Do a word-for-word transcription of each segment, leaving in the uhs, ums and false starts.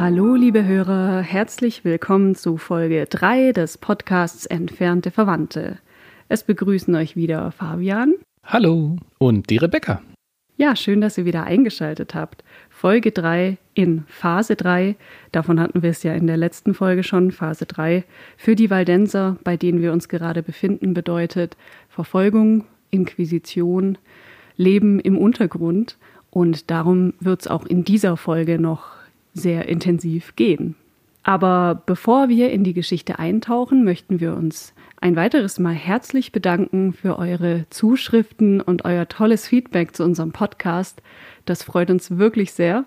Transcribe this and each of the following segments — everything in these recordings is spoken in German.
Hallo liebe Hörer, herzlich willkommen zu Folge drei des Podcasts Entfernte Verwandte. Es begrüßen euch wieder Fabian. Hallo und die Rebecca. Ja, schön, dass ihr wieder eingeschaltet habt. Folge drei in Phase drei, davon hatten wir es ja in der letzten Folge schon, Phase drei, für die Waldenser, bei denen wir uns gerade befinden, bedeutet Verfolgung, Inquisition, Leben im Untergrund und darum wird es auch in dieser Folge noch sehr intensiv gehen. Aber bevor wir in die Geschichte eintauchen, möchten wir uns ein weiteres Mal herzlich bedanken für eure Zuschriften und euer tolles Feedback zu unserem Podcast. Das freut uns wirklich sehr.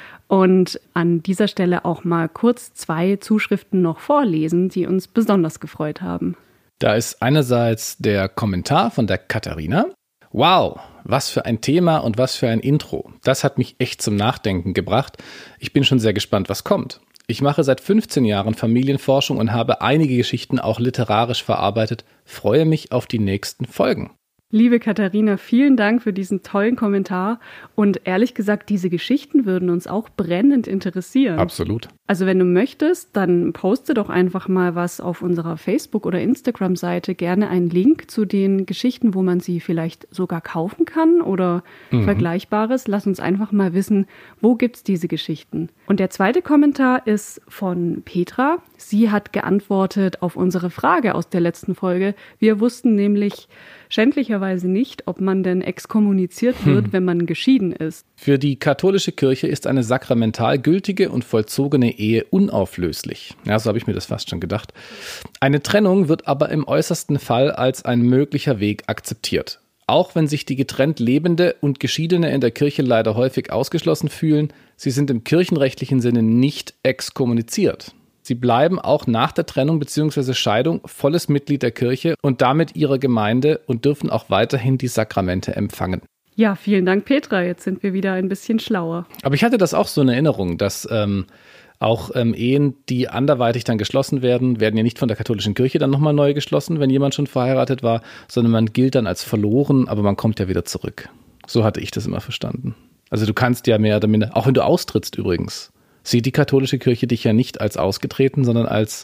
Und an dieser Stelle auch mal kurz zwei Zuschriften noch vorlesen, die uns besonders gefreut haben. Da ist einerseits der Kommentar von der Katharina. Wow, was für ein Thema und was für ein Intro. Das hat mich echt zum Nachdenken gebracht. Ich bin schon sehr gespannt, was kommt. Ich mache seit fünfzehn Jahren Familienforschung und habe einige Geschichten auch literarisch verarbeitet. Freue mich auf die nächsten Folgen. Liebe Katharina, vielen Dank für diesen tollen Kommentar. Und ehrlich gesagt, diese Geschichten würden uns auch brennend interessieren. Absolut. Also wenn du möchtest, dann poste doch einfach mal was auf unserer Facebook- oder Instagram-Seite. Gerne einen Link zu den Geschichten, wo man sie vielleicht sogar kaufen kann oder mhm. Vergleichbares. Lass uns einfach mal wissen, wo gibt's diese Geschichten. Und der zweite Kommentar ist von Petra. Sie hat geantwortet auf unsere Frage aus der letzten Folge. Wir wussten nämlich schändlicherweise nicht, ob man denn exkommuniziert wird, hm. wenn man geschieden ist. Für die katholische Kirche ist eine sakramental gültige und vollzogene Ehe unauflöslich. Ja, so habe ich mir das fast schon gedacht. Eine Trennung wird aber im äußersten Fall als ein möglicher Weg akzeptiert. Auch wenn sich die getrennt Lebende und Geschiedene in der Kirche leider häufig ausgeschlossen fühlen, sie sind im kirchenrechtlichen Sinne nicht exkommuniziert. Sie bleiben auch nach der Trennung bzw. Scheidung volles Mitglied der Kirche und damit ihrer Gemeinde und dürfen auch weiterhin die Sakramente empfangen. Ja, vielen Dank, Petra. Jetzt sind wir wieder ein bisschen schlauer. Aber ich hatte das auch so in Erinnerung, dass ähm, auch ähm, Ehen, die anderweitig dann geschlossen werden, werden ja nicht von der katholischen Kirche dann nochmal neu geschlossen, wenn jemand schon verheiratet war, sondern man gilt dann als verloren, aber man kommt ja wieder zurück. So hatte ich das immer verstanden. Also du kannst ja mehr oder minder, auch wenn du austrittst übrigens, sieht die katholische Kirche dich ja nicht als ausgetreten, sondern als,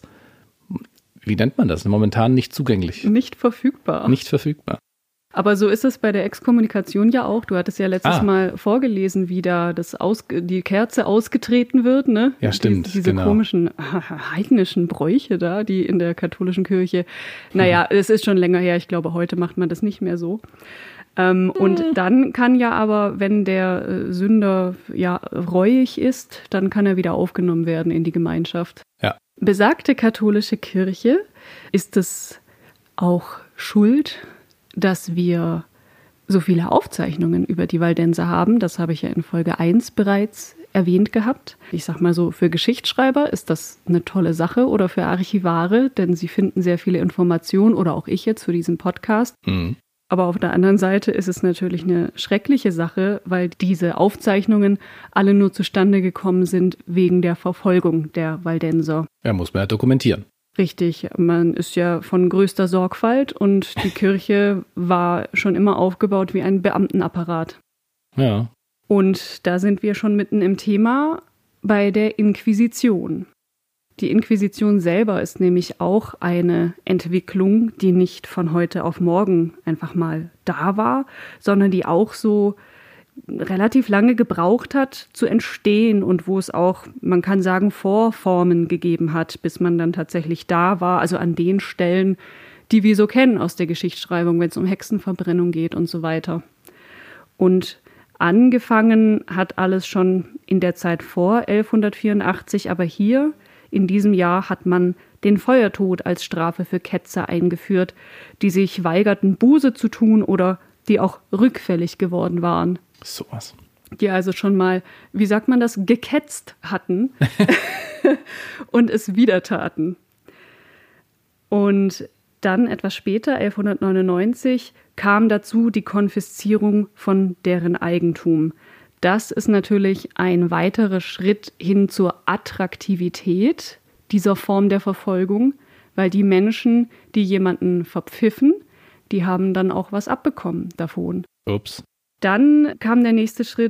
wie nennt man das, momentan nicht zugänglich. Nicht verfügbar. Nicht verfügbar. Aber so ist es bei der Exkommunikation ja auch. Du hattest ja letztes ah. Mal vorgelesen, wie da das aus, die Kerze ausgetreten wird, ne? Ja, stimmt. Die, diese genau. komischen heidnischen Bräuche da, die in der katholischen Kirche, naja, mhm. es ist schon länger her. Ich glaube, heute macht man das nicht mehr so. Ähm, und dann kann ja aber, wenn der äh, Sünder ja reuig ist, dann kann er wieder aufgenommen werden in die Gemeinschaft. Ja. Besagte katholische Kirche, ist es auch schuld, dass wir so viele Aufzeichnungen über die Waldenser haben? Das habe ich ja in Folge eins bereits erwähnt gehabt. Ich sag mal so, für Geschichtsschreiber ist das eine tolle Sache oder für Archivare, denn sie finden sehr viele Informationen oder auch ich jetzt für diesen Podcast. Mhm. Aber auf der anderen Seite ist es natürlich eine schreckliche Sache, weil diese Aufzeichnungen alle nur zustande gekommen sind wegen der Verfolgung der Waldenser. Ja, muss man ja dokumentieren. Richtig, man ist ja von größter Sorgfalt und die Kirche war schon immer aufgebaut wie ein Beamtenapparat. Ja. Und da sind wir schon mitten im Thema bei der Inquisition. Die Inquisition selber ist nämlich auch eine Entwicklung, die nicht von heute auf morgen einfach mal da war, sondern die auch so relativ lange gebraucht hat zu entstehen und wo es auch, man kann sagen, Vorformen gegeben hat, bis man dann tatsächlich da war, also an den Stellen, die wir so kennen aus der Geschichtsschreibung, wenn es um Hexenverbrennung geht und so weiter. Und angefangen hat alles schon in der Zeit vor elfhundertvierundachtzig, aber hier in diesem Jahr hat man den Feuertod als Strafe für Ketzer eingeführt, die sich weigerten, Buße zu tun oder die auch rückfällig geworden waren. So was. Die also schon mal, wie sagt man das, geketzt hatten und es wieder taten. Und dann etwas später, elfhundertneunundneunzig, kam dazu die Konfiszierung von deren Eigentum. Das ist natürlich ein weiterer Schritt hin zur Attraktivität dieser Form der Verfolgung, weil die Menschen, die jemanden verpfiffen, die haben dann auch was abbekommen davon. Ups. Dann kam der nächste Schritt,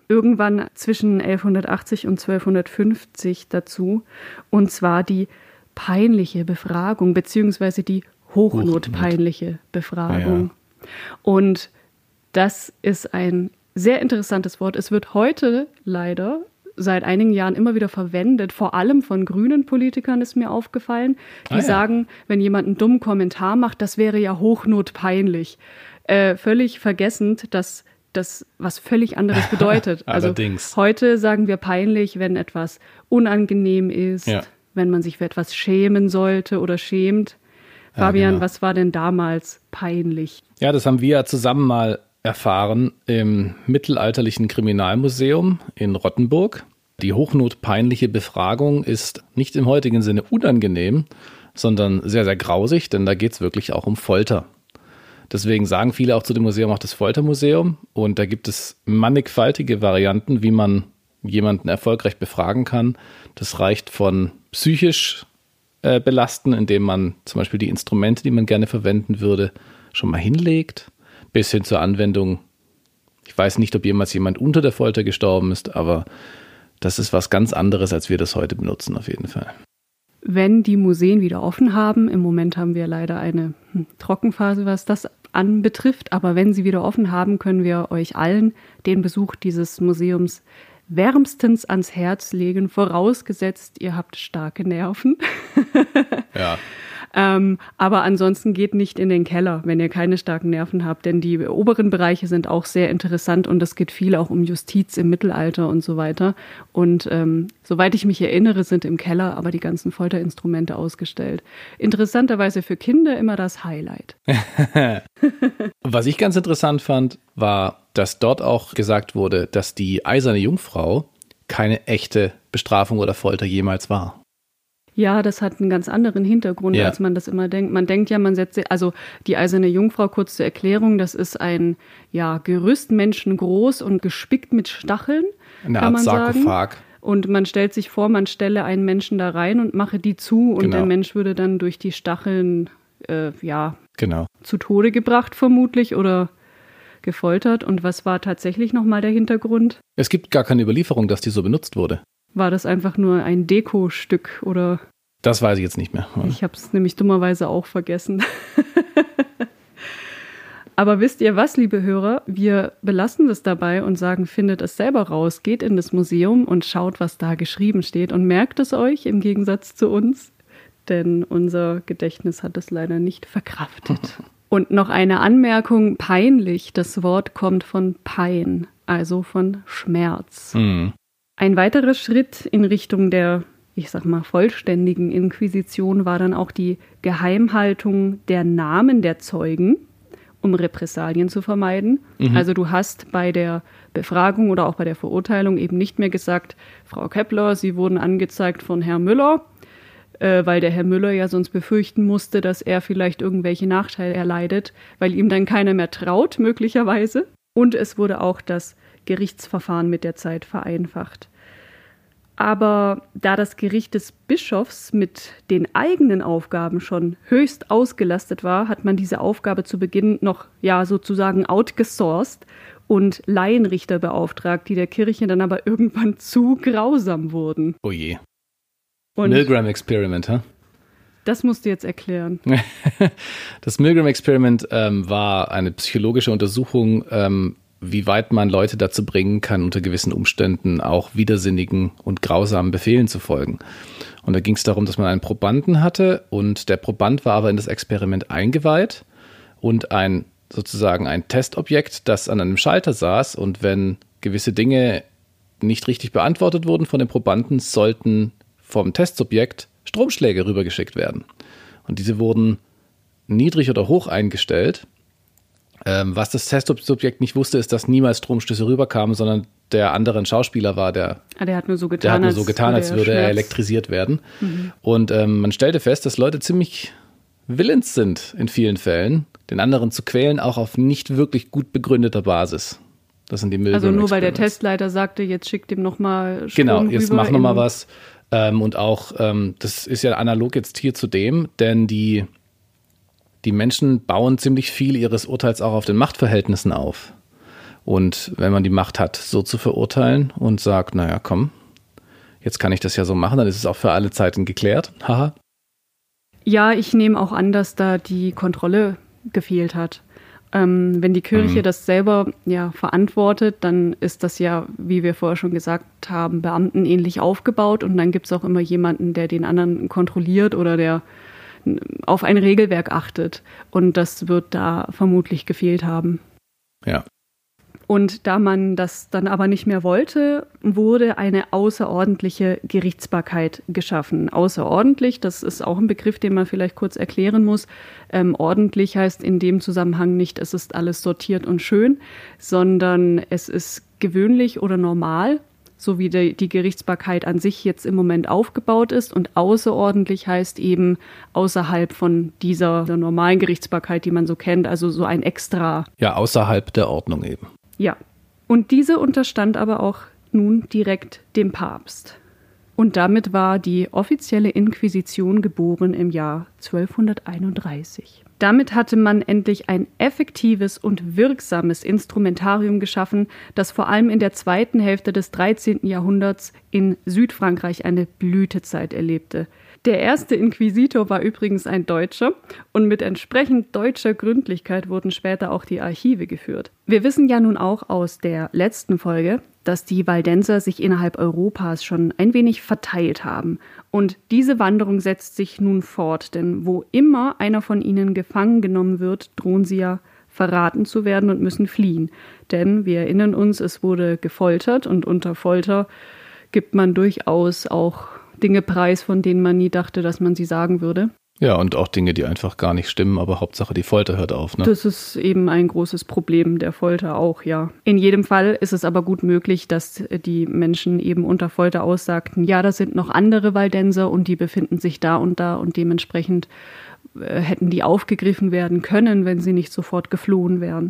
irgendwann zwischen elfhundertachtzig und zwölfhundertfünfzig dazu, und zwar die peinliche Befragung, beziehungsweise die hochnotpeinliche Befragung. Ja. Und das ist ein sehr interessantes Wort. Es wird heute leider seit einigen Jahren immer wieder verwendet, vor allem von grünen Politikern ist mir aufgefallen, die ah, ja. sagen, wenn jemand einen dummen Kommentar macht, das wäre ja hochnotpeinlich. Äh, völlig vergessend, dass das was völlig anderes bedeutet. Also Allerdings. Heute sagen wir peinlich, wenn etwas unangenehm ist, ja. wenn man sich für etwas schämen sollte oder schämt. Ja, Fabian, genau. Was war denn damals peinlich? Ja, das haben wir ja zusammen mal erfahren im Mittelalterlichen Kriminalmuseum in Rottenburg. Die hochnotpeinliche Befragung ist nicht im heutigen Sinne unangenehm, sondern sehr, sehr grausig, denn da geht es wirklich auch um Folter. Deswegen sagen viele auch zu dem Museum auch das Foltermuseum, und da gibt es mannigfaltige Varianten, wie man jemanden erfolgreich befragen kann. Das reicht von psychisch äh, belasten, indem man zum Beispiel die Instrumente, die man gerne verwenden würde, schon mal hinlegt, bis hin zur Anwendung. Ich weiß nicht, ob jemals jemand unter der Folter gestorben ist, aber das ist was ganz anderes, als wir das heute benutzen, auf jeden Fall. Wenn die Museen wieder offen haben, im Moment haben wir leider eine hm, Trockenphase, was das anbetrifft, aber wenn sie wieder offen haben, können wir euch allen den Besuch dieses Museums wärmstens ans Herz legen, vorausgesetzt, ihr habt starke Nerven. Ja. ähm, aber ansonsten geht nicht in den Keller, wenn ihr keine starken Nerven habt, denn die oberen Bereiche sind auch sehr interessant und es geht viel auch um Justiz im Mittelalter und so weiter. Und ähm, soweit ich mich erinnere, sind im Keller aber die ganzen Folterinstrumente ausgestellt. Interessanterweise für Kinder immer das Highlight. Was ich ganz interessant fand, war, dass dort auch gesagt wurde, dass die Eiserne Jungfrau keine echte Bestrafung oder Folter jemals war. Ja, das hat einen ganz anderen Hintergrund, ja. als man das immer denkt. Man denkt ja, man setzt, also die Eiserne Jungfrau, kurz zur Erklärung, das ist ein ja, Gerüst, menschengroß und gespickt mit Stacheln, eine kann Art man Sarkophag. Sagen. Und man stellt sich vor, man stelle einen Menschen da rein und mache die zu und genau. der Mensch würde dann durch die Stacheln äh, ja, genau. zu Tode gebracht vermutlich oder gefoltert. Und was war tatsächlich nochmal der Hintergrund? Es gibt gar keine Überlieferung, dass die so benutzt wurde. War das einfach nur ein Dekostück oder? Das weiß ich jetzt nicht mehr. Ich habe es nämlich dummerweise auch vergessen. Aber wisst ihr was, liebe Hörer? Wir belassen das dabei und sagen, findet es selber raus, geht in das Museum und schaut, was da geschrieben steht und merkt es euch im Gegensatz zu uns, denn unser Gedächtnis hat es leider nicht verkraftet. Und noch eine Anmerkung, peinlich, das Wort kommt von Pein, also von Schmerz. Mhm. Ein weiterer Schritt in Richtung der, ich sag mal, vollständigen Inquisition war dann auch die Geheimhaltung der Namen der Zeugen, um Repressalien zu vermeiden. Mhm. Also du hast bei der Befragung oder auch bei der Verurteilung eben nicht mehr gesagt, Frau Kepler, Sie wurden angezeigt von Herrn Müller, äh, weil der Herr Müller ja sonst befürchten musste, dass er vielleicht irgendwelche Nachteile erleidet, weil ihm dann keiner mehr traut, möglicherweise. Und es wurde auch das Gerichtsverfahren mit der Zeit vereinfacht. Aber da das Gericht des Bischofs mit den eigenen Aufgaben schon höchst ausgelastet war, hat man diese Aufgabe zu Beginn noch ja sozusagen outgesourced und Laienrichter beauftragt, die der Kirche dann aber irgendwann zu grausam wurden. Oh je. Und Milgram Experiment, hä? Huh? Das musst du jetzt erklären. Das Milgram Experiment ähm, war eine psychologische Untersuchung, ähm, wie weit man Leute dazu bringen kann, unter gewissen Umständen auch widersinnigen und grausamen Befehlen zu folgen. Und da ging es darum, dass man einen Probanden hatte und der Proband war aber in das Experiment eingeweiht und ein sozusagen ein Testobjekt, das an einem Schalter saß, und wenn gewisse Dinge nicht richtig beantwortet wurden von dem Probanden, sollten vom Testsubjekt Stromschläge rübergeschickt werden. Und diese wurden niedrig oder hoch eingestellt. Ähm, was das Testsubjekt nicht wusste, ist, dass niemals Stromstöße rüberkamen, sondern der andere ein Schauspieler war, der, ah, der hat nur so getan, der hat nur als, so getan, als würde er elektrisiert werden. Mhm. Und ähm, man stellte fest, dass Leute ziemlich willens sind, in vielen Fällen, den anderen zu quälen, auch auf nicht wirklich gut begründeter Basis. Das sind die Milgram Also nur weil der Testleiter sagte, jetzt schickt ihm nochmal Strom Genau, jetzt rüber mach nochmal was. Ähm, und auch, ähm, das ist ja analog jetzt hier zu dem, denn die Die Menschen bauen ziemlich viel ihres Urteils auch auf den Machtverhältnissen auf. Und wenn man die Macht hat, so zu verurteilen und sagt, naja, komm, jetzt kann ich das ja so machen, dann ist es auch für alle Zeiten geklärt. Haha. Ja, ich nehme auch an, dass da die Kontrolle gefehlt hat. Ähm, wenn die Kirche mhm. das selber ja verantwortet, dann ist das ja, wie wir vorher schon gesagt haben, beamtenähnlich aufgebaut und dann gibt es auch immer jemanden, der den anderen kontrolliert oder der auf ein Regelwerk achtet und das wird da vermutlich gefehlt haben. Ja. Und da man das dann aber nicht mehr wollte, wurde eine außerordentliche Gerichtsbarkeit geschaffen. Außerordentlich, das ist auch ein Begriff, den man vielleicht kurz erklären muss. Ähm, ordentlich heißt in dem Zusammenhang nicht, es ist alles sortiert und schön, sondern es ist gewöhnlich oder normal, so wie die, die Gerichtsbarkeit an sich jetzt im Moment aufgebaut ist. Und außerordentlich heißt eben außerhalb von dieser der normalen Gerichtsbarkeit, die man so kennt, also so ein Extra. Ja, außerhalb der Ordnung eben. Ja, und diese unterstand aber auch nun direkt dem Papst. Und damit war die offizielle Inquisition geboren im Jahr zwölfhunderteinunddreißig. Damit hatte man endlich ein effektives und wirksames Instrumentarium geschaffen, das vor allem in der zweiten Hälfte des dreizehnten Jahrhunderts in Südfrankreich eine Blütezeit erlebte. Der erste Inquisitor war übrigens ein Deutscher und mit entsprechend deutscher Gründlichkeit wurden später auch die Archive geführt. Wir wissen ja nun auch aus der letzten Folge, dass die Waldenser sich innerhalb Europas schon ein wenig verteilt haben. Und diese Wanderung setzt sich nun fort, denn wo immer einer von ihnen gefangen genommen wird, drohen sie ja verraten zu werden und müssen fliehen. Denn wir erinnern uns, es wurde gefoltert und unter Folter gibt man durchaus auch Dinge preis, von denen man nie dachte, dass man sie sagen würde. Ja, und auch Dinge, die einfach gar nicht stimmen, aber Hauptsache die Folter hört auf, ne? Das ist eben ein großes Problem der Folter auch, ja. In jedem Fall ist es aber gut möglich, dass die Menschen eben unter Folter aussagten, ja, da sind noch andere Waldenser und die befinden sich da und da und dementsprechend äh, hätten die aufgegriffen werden können, wenn sie nicht sofort geflohen wären.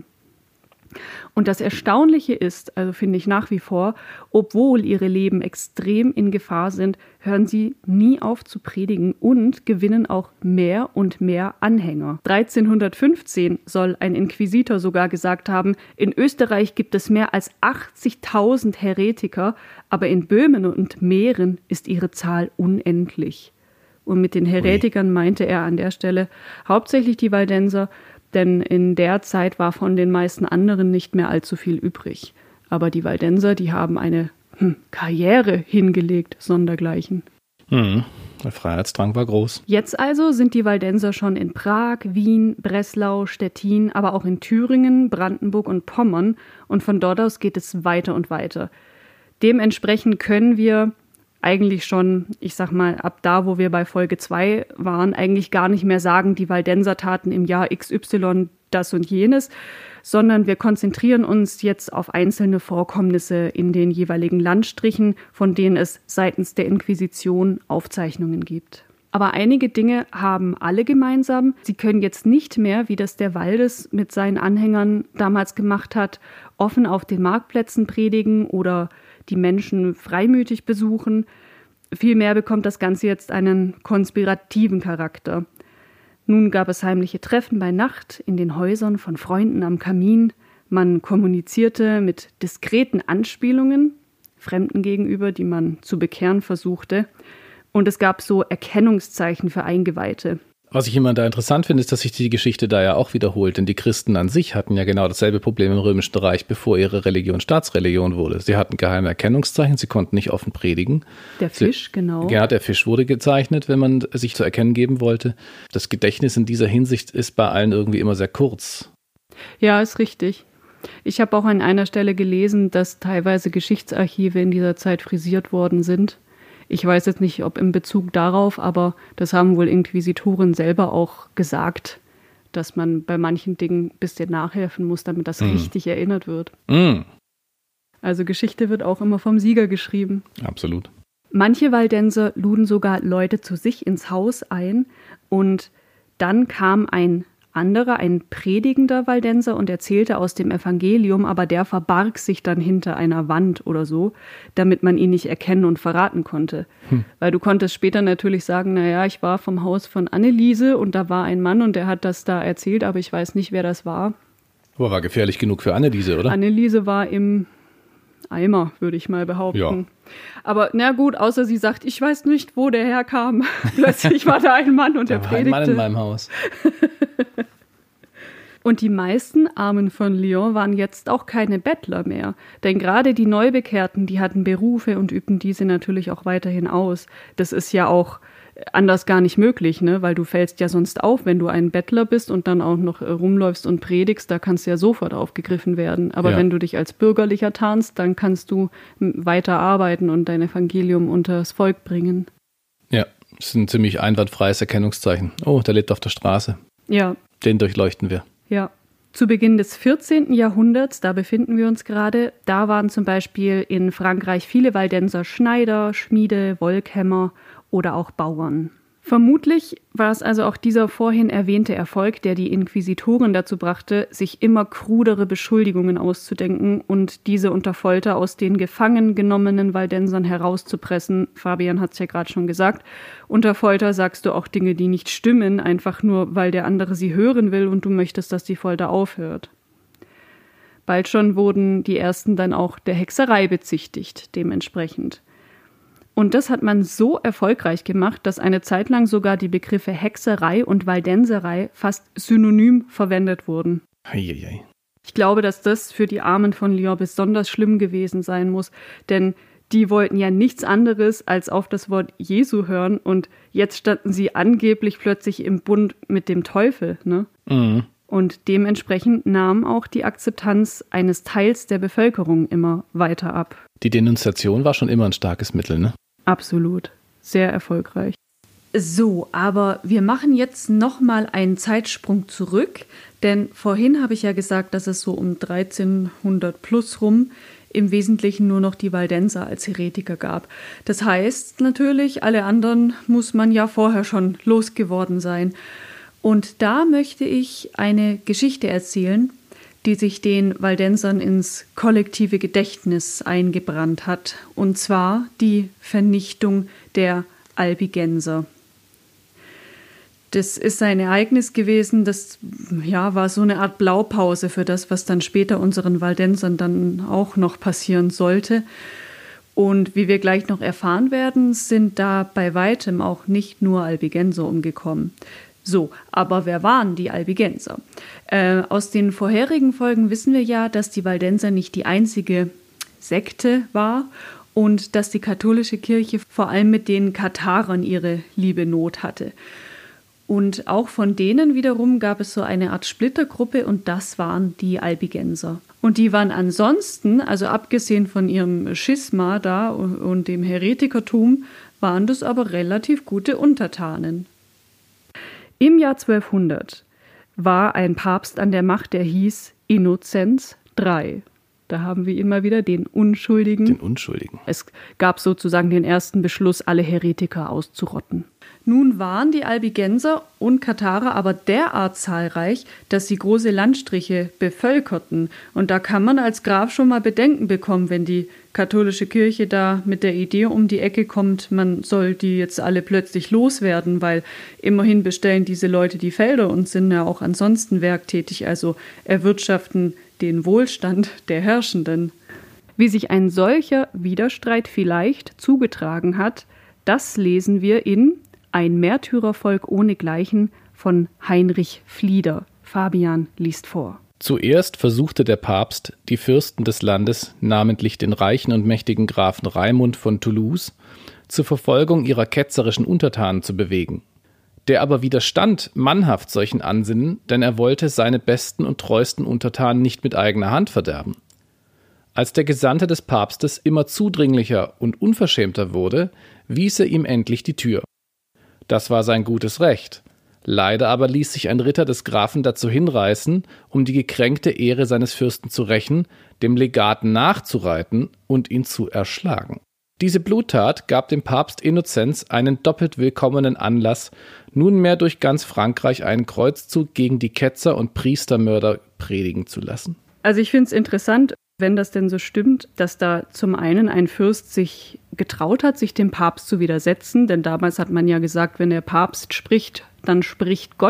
Und das Erstaunliche ist, also finde ich nach wie vor, obwohl ihre Leben extrem in Gefahr sind, hören sie nie auf zu predigen und gewinnen auch mehr und mehr Anhänger. dreizehnhundertfünfzehn soll ein Inquisitor sogar gesagt haben, in Österreich gibt es mehr als achtzigtausend Heretiker, aber in Böhmen und Mähren ist ihre Zahl unendlich. Und mit den Heretikern meinte er an der Stelle hauptsächlich die Waldenser, denn in der Zeit war von den meisten anderen nicht mehr allzu viel übrig. Aber die Waldenser, die haben eine hm, Karriere hingelegt, sondergleichen. Hm, der Freiheitsdrang war groß. Jetzt also sind die Waldenser schon in Prag, Wien, Breslau, Stettin, aber auch in Thüringen, Brandenburg und Pommern. Und von dort aus geht es weiter und weiter. Dementsprechend können wir eigentlich schon, ich sag mal, ab da, wo wir bei Folge zwei waren, eigentlich gar nicht mehr sagen, die Waldenser taten im Jahr X Y das und jenes, sondern wir konzentrieren uns jetzt auf einzelne Vorkommnisse in den jeweiligen Landstrichen, von denen es seitens der Inquisition Aufzeichnungen gibt. Aber einige Dinge haben alle gemeinsam. Sie können jetzt nicht mehr, wie das der Waldes mit seinen Anhängern damals gemacht hat, offen auf den Marktplätzen predigen oder die Menschen freimütig besuchen. Vielmehr bekommt das Ganze jetzt einen konspirativen Charakter. Nun gab es heimliche Treffen bei Nacht in den Häusern von Freunden am Kamin. Man kommunizierte mit diskreten Anspielungen Fremden gegenüber, die man zu bekehren versuchte. Und es gab so Erkennungszeichen für Eingeweihte. Was ich immer da interessant finde, ist, dass sich die Geschichte da ja auch wiederholt, denn die Christen an sich hatten ja genau dasselbe Problem im Römischen Reich, bevor ihre Religion Staatsreligion wurde. Sie hatten geheime Erkennungszeichen, sie konnten nicht offen predigen. Der Fisch, sie, genau. Ja, der Fisch wurde gezeichnet, wenn man sich zu erkennen geben wollte. Das Gedächtnis in dieser Hinsicht ist bei allen irgendwie immer sehr kurz. Ja, ist richtig. Ich habe auch an einer Stelle gelesen, dass teilweise Geschichtsarchive in dieser Zeit frisiert worden sind. Ich weiß jetzt nicht, ob in Bezug darauf, aber das haben wohl Inquisitoren selber auch gesagt, dass man bei manchen Dingen ein bisschen nachhelfen muss, damit das mm. richtig erinnert wird. Mm. Also Geschichte wird auch immer vom Sieger geschrieben. Absolut. Manche Waldenser luden sogar Leute zu sich ins Haus ein und dann kam ein anderer, ein predigender Waldenser und erzählte aus dem Evangelium, aber der verbarg sich dann hinter einer Wand oder so, damit man ihn nicht erkennen und verraten konnte. Hm. Weil du konntest später natürlich sagen, naja, ich war vom Haus von Anneliese und da war ein Mann und der hat das da erzählt, aber ich weiß nicht, wer das war. Aber war gefährlich genug für Anneliese, oder? Anneliese war im Eimer, würde ich mal behaupten. Ja. Aber na gut, außer sie sagt, ich weiß nicht, wo der herkam. Plötzlich war da ein Mann und da der war predigte. Ein Mann in meinem Haus. Und die meisten Armen von Lyon waren jetzt auch keine Bettler mehr. Denn gerade die Neubekehrten, die hatten Berufe und übten diese natürlich auch weiterhin aus. Das ist ja auch anders gar nicht möglich, ne? Weil du fällst ja sonst auf, wenn du ein Bettler bist und dann auch noch rumläufst und predigst, da kannst du ja sofort aufgegriffen werden. Aber ja. wenn du dich als Bürgerlicher tarnst, dann kannst du weiter arbeiten und dein Evangelium unters Volk bringen. Ja, das ist ein ziemlich einwandfreies Erkennungszeichen. Oh, der lebt auf der Straße. Ja. Den durchleuchten wir. Ja. Zu Beginn des vierzehnten Jahrhunderts, da befinden wir uns gerade, da waren zum Beispiel in Frankreich viele Waldenser Schneider, Schmiede, Wolkhämmer oder auch Bauern. Vermutlich war es also auch dieser vorhin erwähnte Erfolg, der die Inquisitoren dazu brachte, sich immer krudere Beschuldigungen auszudenken und diese unter Folter aus den gefangen genommenen Waldensern herauszupressen. Fabian hat es ja gerade schon gesagt. Unter Folter sagst du auch Dinge, die nicht stimmen, einfach nur, weil der andere sie hören will und du möchtest, dass die Folter aufhört. Bald schon wurden die ersten dann auch der Hexerei bezichtigt, dementsprechend. Und das hat man so erfolgreich gemacht, dass eine Zeit lang sogar die Begriffe Hexerei und Waldenserei fast synonym verwendet wurden. Eieiei. Ich glaube, dass das für die Armen von Lyon besonders schlimm gewesen sein muss, denn die wollten ja nichts anderes als auf das Wort Jesu hören und jetzt standen sie angeblich plötzlich im Bund mit dem Teufel, ne? Mhm. Und dementsprechend nahm auch die Akzeptanz eines Teils der Bevölkerung immer weiter ab. Die Denunziation war schon immer ein starkes Mittel, ne? Absolut. Sehr erfolgreich. So, aber wir machen jetzt nochmal einen Zeitsprung zurück, denn vorhin habe ich ja gesagt, dass es so um dreizehnhundert plus rum im Wesentlichen nur noch die Waldenser als Heretiker gab. Das heißt natürlich, alle anderen muss man ja vorher schon losgeworden sein. Und da möchte ich eine Geschichte erzählen, die sich den Waldensern ins kollektive Gedächtnis eingebrannt hat, und zwar die Vernichtung der Albigenser. Das ist ein Ereignis gewesen, das ja, war so eine Art Blaupause für das, was dann später unseren Waldensern dann auch noch passieren sollte. Und wie wir gleich noch erfahren werden, sind da bei weitem auch nicht nur Albigenser umgekommen. So, aber wer waren die Albigenser? Äh, aus den vorherigen Folgen wissen wir ja, dass die Waldenser nicht die einzige Sekte war und dass die katholische Kirche vor allem mit den Katharern ihre liebe Not hatte. Und auch von denen wiederum gab es so eine Art Splittergruppe und das waren die Albigenser. Und die waren ansonsten, also abgesehen von ihrem Schisma da und dem Heretikertum, waren das aber relativ gute Untertanen. Im Jahr zwölfhundert war ein Papst an der Macht, der hieß Innozenz der Dritte. Da haben wir immer wieder den Unschuldigen. Den Unschuldigen. Es gab sozusagen den ersten Beschluss, alle Heretiker auszurotten. Nun waren die Albigenser und Katharer aber derart zahlreich, dass sie große Landstriche bevölkerten. Und da kann man als Graf schon mal Bedenken bekommen, wenn die katholische Kirche da mit der Idee um die Ecke kommt, man soll die jetzt alle plötzlich loswerden, weil immerhin bestellen diese Leute die Felder und sind ja auch ansonsten werktätig, also erwirtschaften den Wohlstand der Herrschenden. Wie sich ein solcher Widerstreit vielleicht zugetragen hat, das lesen wir in Ein Märtyrervolk ohnegleichen von Heinrich Flieder. Fabian liest vor. Zuerst versuchte der Papst, die Fürsten des Landes, namentlich den reichen und mächtigen Grafen Raimund von Toulouse, zur Verfolgung ihrer ketzerischen Untertanen zu bewegen. Der aber widerstand mannhaft solchen Ansinnen, denn er wollte seine besten und treuesten Untertanen nicht mit eigener Hand verderben. Als der Gesandte des Papstes immer zudringlicher und unverschämter wurde, wies er ihm endlich die Tür. Das war sein gutes Recht. Leider aber ließ sich ein Ritter des Grafen dazu hinreißen, um die gekränkte Ehre seines Fürsten zu rächen, dem Legaten nachzureiten und ihn zu erschlagen. Diese Bluttat gab dem Papst Innozenz einen doppelt willkommenen Anlass, nunmehr durch ganz Frankreich einen Kreuzzug gegen die Ketzer und Priestermörder predigen zu lassen. Also ich finde es interessant, wenn das denn so stimmt, dass da zum einen ein Fürst sich getraut hat, sich dem Papst zu widersetzen, denn damals hat man ja gesagt, wenn der Papst spricht, dann spricht Gott.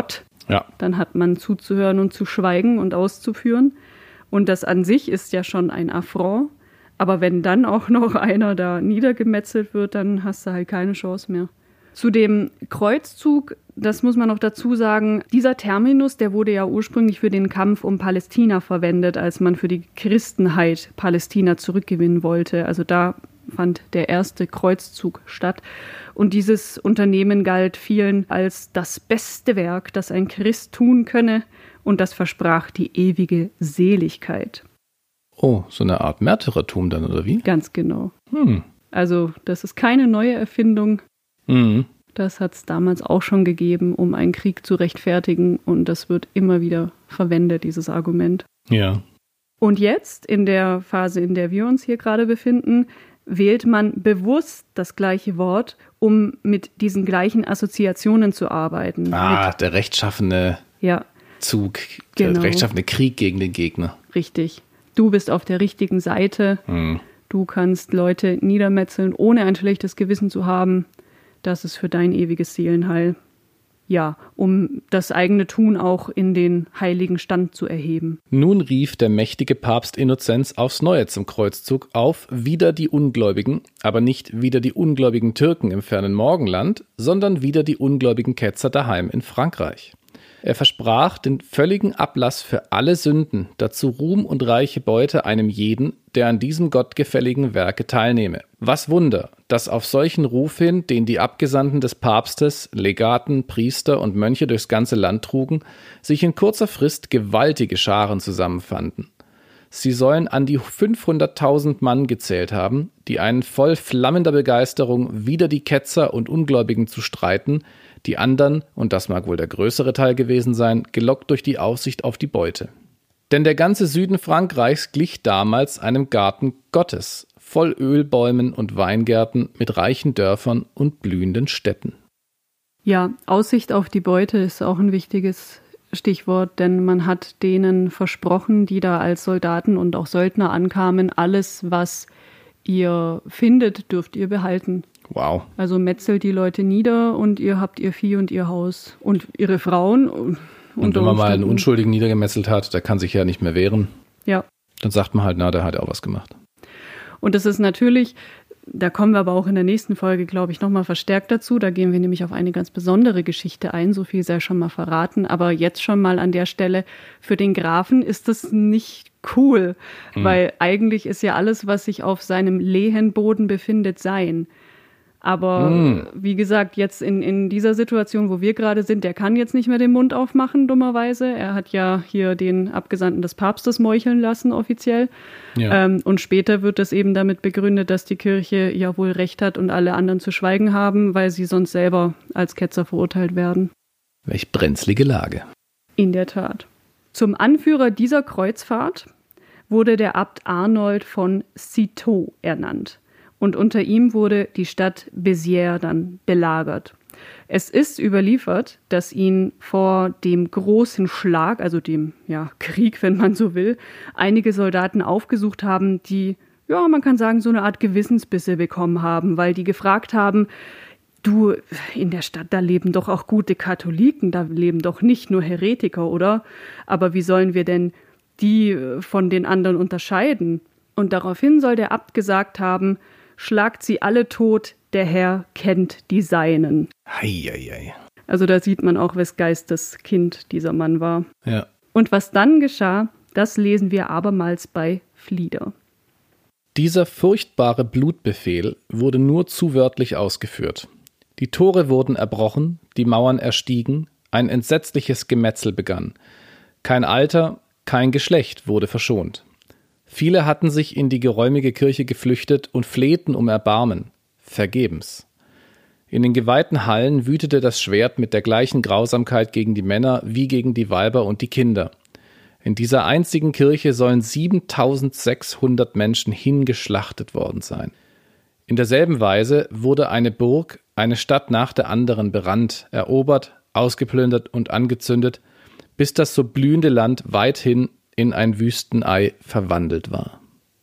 Ja. Dann hat man zuzuhören und zu schweigen und auszuführen. Und das an sich ist ja schon ein Affront. Aber wenn dann auch noch einer da niedergemetzelt wird, dann hast du halt keine Chance mehr. Zu dem Kreuzzug, das muss man noch dazu sagen, dieser Terminus, der wurde ja ursprünglich für den Kampf um Palästina verwendet, als man für die Christenheit Palästina zurückgewinnen wollte. Also da fand der erste Kreuzzug statt. Und dieses Unternehmen galt vielen als das beste Werk, das ein Christ tun könne, und das versprach die ewige Seligkeit. Oh, so eine Art Märtyrertum dann, oder wie? Ganz genau. Hm. Also das ist keine neue Erfindung. Mhm. Das hat es damals auch schon gegeben, um einen Krieg zu rechtfertigen. Und das wird immer wieder verwendet, dieses Argument. Ja. Und jetzt, in der Phase, in der wir uns hier gerade befinden, wählt man bewusst das gleiche Wort, um mit diesen gleichen Assoziationen zu arbeiten. Ah, mit, der rechtschaffene ja, Zug, der genau. rechtschaffene Krieg gegen den Gegner. Richtig. Du bist auf der richtigen Seite. Hm. Du kannst Leute niedermetzeln, ohne ein schlechtes Gewissen zu haben. Das ist für dein ewiges Seelenheil. Ja, um das eigene Tun auch in den heiligen Stand zu erheben. Nun rief der mächtige Papst Innozenz aufs Neue zum Kreuzzug auf, wieder die Ungläubigen, aber nicht wieder die ungläubigen Türken im fernen Morgenland, sondern wieder die ungläubigen Ketzer daheim in Frankreich. Er versprach den völligen Ablass für alle Sünden, dazu Ruhm und reiche Beute einem jeden, der an diesem gottgefälligen Werke teilnehme. Was Wunder, dass auf solchen Ruf hin, den die Abgesandten des Papstes, Legaten, Priester und Mönche durchs ganze Land trugen, sich in kurzer Frist gewaltige Scharen zusammenfanden. Sie sollen an die fünfhunderttausend Mann gezählt haben, die einen voll flammender Begeisterung wider die Ketzer und Ungläubigen zu streiten, die anderen, und das mag wohl der größere Teil gewesen sein, gelockt durch die Aussicht auf die Beute. Denn der ganze Süden Frankreichs glich damals einem Garten Gottes, voll Ölbäumen und Weingärten mit reichen Dörfern und blühenden Städten. Ja, Aussicht auf die Beute ist auch ein wichtiges Stichwort, denn man hat denen versprochen, die da als Soldaten und auch Söldner ankamen, alles, was ihr findet, dürft ihr behalten. Wow. Also metzelt die Leute nieder und ihr habt ihr Vieh und ihr Haus und ihre Frauen. Und, und wenn man mal einen Unschuldigen niedergemetzelt hat, der kann sich ja nicht mehr wehren. Ja. Dann sagt man halt, na, der hat auch was gemacht. Und das ist natürlich, da kommen wir aber auch in der nächsten Folge, glaube ich, nochmal verstärkt dazu. Da gehen wir nämlich auf eine ganz besondere Geschichte ein, so viel sei schon mal verraten. Aber jetzt schon mal an der Stelle, für den Grafen ist das nicht cool, hm. weil eigentlich ist ja alles, was sich auf seinem Lehenboden befindet, sein. Aber mm. wie gesagt, jetzt in, in dieser Situation, wo wir gerade sind, der kann jetzt nicht mehr den Mund aufmachen, dummerweise. Er hat ja hier den Abgesandten des Papstes meucheln lassen, offiziell. Ja. Ähm, und später wird das eben damit begründet, dass die Kirche ja wohl recht hat und alle anderen zu schweigen haben, weil sie sonst selber als Ketzer verurteilt werden. Welch brenzlige Lage. In der Tat. Zum Anführer dieser Kreuzfahrt wurde der Abt Arnold von Citeaux ernannt. Und unter ihm wurde die Stadt Béziers dann belagert. Es ist überliefert, dass ihn vor dem großen Schlag, also dem ja, Krieg, wenn man so will, einige Soldaten aufgesucht haben, die, ja, man kann sagen, so eine Art Gewissensbisse bekommen haben, weil die gefragt haben, du, in der Stadt, da leben doch auch gute Katholiken, da leben doch nicht nur Heretiker, oder? Aber wie sollen wir denn die von den anderen unterscheiden? Und daraufhin soll der Abt gesagt haben, schlagt sie alle tot, der Herr kennt die Seinen. Hei, hei, hei. Also da sieht man auch, wes Geistes Kind dieser Mann war. Ja. Und was dann geschah, das lesen wir abermals bei Flieder. Dieser furchtbare Blutbefehl wurde nur zu wörtlich ausgeführt. Die Tore wurden erbrochen, die Mauern erstiegen, ein entsetzliches Gemetzel begann. Kein Alter, kein Geschlecht wurde verschont. Viele hatten sich in die geräumige Kirche geflüchtet und flehten um Erbarmen. Vergebens. In den geweihten Hallen wütete das Schwert mit der gleichen Grausamkeit gegen die Männer wie gegen die Weiber und die Kinder. In dieser einzigen Kirche sollen siebentausendsechshundert Menschen hingeschlachtet worden sein. In derselben Weise wurde eine Burg, eine Stadt nach der anderen berannt, erobert, ausgeplündert und angezündet, bis das so blühende Land weithin in ein Wüstenei verwandelt war.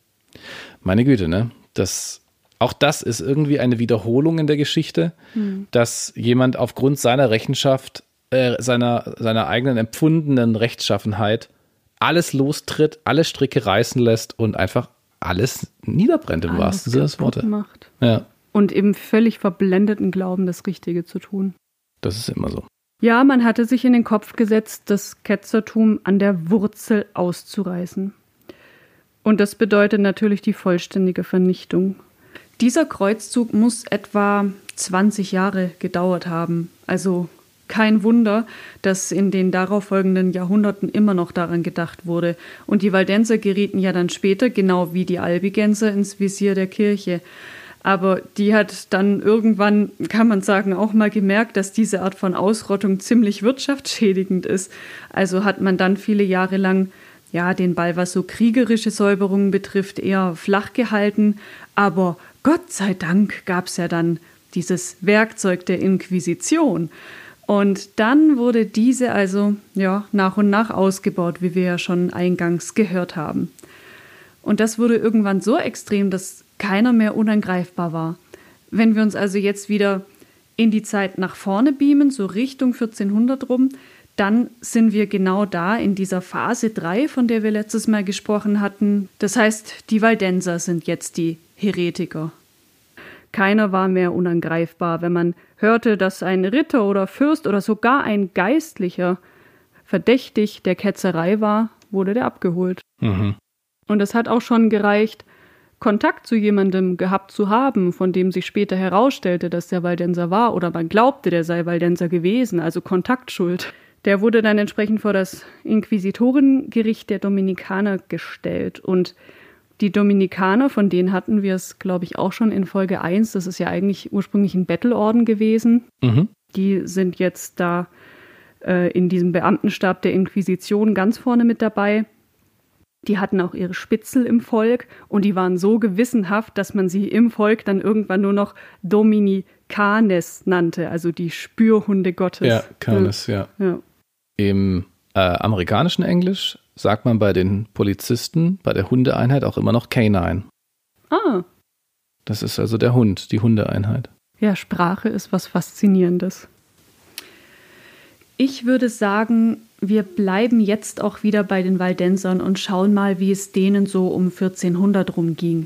Meine Güte, ne? Das, auch das ist irgendwie eine Wiederholung in der Geschichte, hm. dass jemand aufgrund seiner Rechenschaft äh, seiner, seiner eigenen empfundenen Rechtschaffenheit alles lostritt, alle Stricke reißen lässt und einfach alles niederbrennt im wahrsten Sinne des Wortes. Ja. Und im völlig verblendeten Glauben, das Richtige zu tun. Das ist immer so. Ja, man hatte sich in den Kopf gesetzt, das Ketzertum an der Wurzel auszureißen. Und das bedeutet natürlich die vollständige Vernichtung. Dieser Kreuzzug muss etwa zwanzig Jahre gedauert haben. Also kein Wunder, dass in den darauffolgenden Jahrhunderten immer noch daran gedacht wurde. Und die Waldenser gerieten ja dann später, genau wie die Albigenser, ins Visier der Kirche. Aber die hat dann irgendwann, kann man sagen, auch mal gemerkt, dass diese Art von Ausrottung ziemlich wirtschaftsschädigend ist. Also hat man dann viele Jahre lang ja, den Ball, was so kriegerische Säuberungen betrifft, eher flach gehalten. Aber Gott sei Dank gab es ja dann dieses Werkzeug der Inquisition. Und dann wurde diese also ja, nach und nach ausgebaut, wie wir ja schon eingangs gehört haben. Und das wurde irgendwann so extrem, dass keiner mehr unangreifbar war. Wenn wir uns also jetzt wieder in die Zeit nach vorne beamen, so Richtung vierzehnhundert rum, dann sind wir genau da in dieser Phase drei, von der wir letztes Mal gesprochen hatten. Das heißt, die Waldenser sind jetzt die Heretiker. Keiner war mehr unangreifbar. Wenn man hörte, dass ein Ritter oder Fürst oder sogar ein Geistlicher verdächtig der Ketzerei war, wurde der abgeholt. Mhm. Und es hat auch schon gereicht, Kontakt zu jemandem gehabt zu haben, von dem sich später herausstellte, dass der Waldenser war oder man glaubte, der sei Waldenser gewesen, also Kontaktschuld. Der wurde dann entsprechend vor das Inquisitorengericht der Dominikaner gestellt. Und die Dominikaner, von denen hatten wir es, glaube ich, auch schon in Folge eins. Das ist ja eigentlich ursprünglich ein Bettelorden gewesen. Mhm. Die sind jetzt da äh, in diesem Beamtenstab der Inquisition ganz vorne mit dabei. Die hatten auch ihre Spitzel im Volk und die waren so gewissenhaft, dass man sie im Volk dann irgendwann nur noch Dominicanes nannte, also die Spürhunde Gottes. Ja, Canes, ja. ja. Im äh, amerikanischen Englisch sagt man bei den Polizisten, bei der Hundeeinheit auch immer noch Canine. Ah. Das ist also der Hund, die Hundeeinheit. Ja, Sprache ist was Faszinierendes. Ich würde sagen, wir bleiben jetzt auch wieder bei den Waldensern und schauen mal, wie es denen so um vierzehnhundert rumging.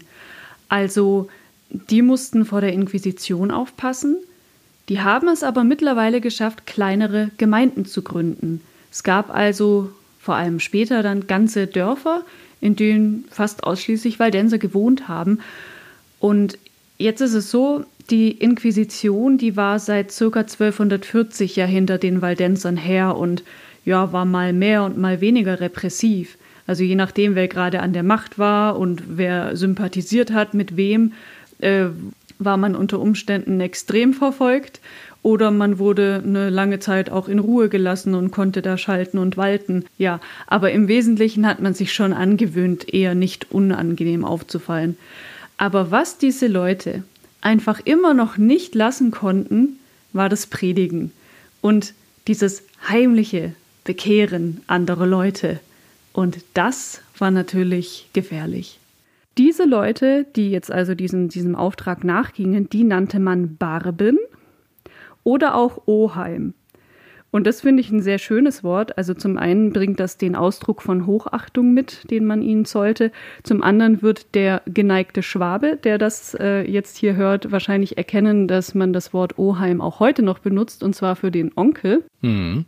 Also, die mussten vor der Inquisition aufpassen. Die haben es aber mittlerweile geschafft, kleinere Gemeinden zu gründen. Es gab also vor allem später dann ganze Dörfer, in denen fast ausschließlich Waldenser gewohnt haben. Und jetzt ist es so, die Inquisition, die war seit ca. zwölfhundertvierzig ja hinter den Waldensern her und ja, war mal mehr und mal weniger repressiv. Also je nachdem, wer gerade an der Macht war und wer sympathisiert hat mit wem, äh, war man unter Umständen extrem verfolgt oder man wurde eine lange Zeit auch in Ruhe gelassen und konnte da schalten und walten. Ja, aber im Wesentlichen hat man sich schon angewöhnt, eher nicht unangenehm aufzufallen. Aber was diese Leute einfach immer noch nicht lassen konnten, war das Predigen und dieses heimliche Bekehren anderer Leute. Und das war natürlich gefährlich. Diese Leute, die jetzt also diesem, diesem Auftrag nachgingen, die nannte man Barben oder auch Oheim. Und das finde ich ein sehr schönes Wort. Also zum einen bringt das den Ausdruck von Hochachtung mit, den man ihnen zollte. Zum anderen wird der geneigte Schwabe, der das äh, jetzt hier hört, wahrscheinlich erkennen, dass man das Wort Oheim auch heute noch benutzt, und zwar für den Onkel. Mhm.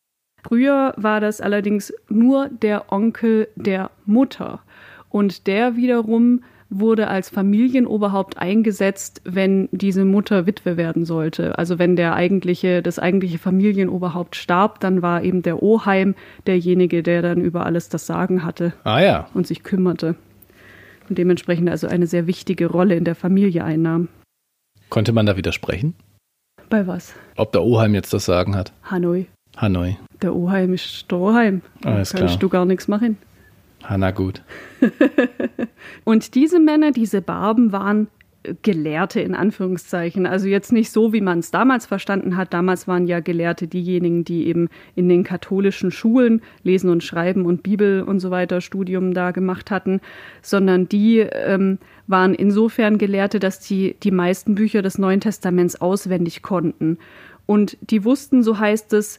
Früher war das allerdings nur der Onkel der Mutter. Und der wiederum wurde als Familienoberhaupt eingesetzt, wenn diese Mutter Witwe werden sollte. Also wenn der eigentliche, das eigentliche Familienoberhaupt starb, dann war eben der Oheim derjenige, der dann über alles das Sagen hatte. Ah ja. Und sich kümmerte. Und dementsprechend also eine sehr wichtige Rolle in der Familie einnahm. Konnte man da widersprechen? Bei was? Ob der Oheim jetzt das Sagen hat? Hanoi. Hanoi. Der Oheim ist der Oheim. Da Alles kannst klar. du gar nichts machen. Ah, na gut. Und diese Männer, diese Barben, waren Gelehrte in Anführungszeichen. Also jetzt nicht so, wie man es damals verstanden hat. Damals waren ja Gelehrte diejenigen, die eben in den katholischen Schulen Lesen und Schreiben und Bibel und so weiter Studium da gemacht hatten, sondern die ähm, waren insofern Gelehrte, dass die die meisten Bücher des Neuen Testaments auswendig konnten. Und die wussten, so heißt es,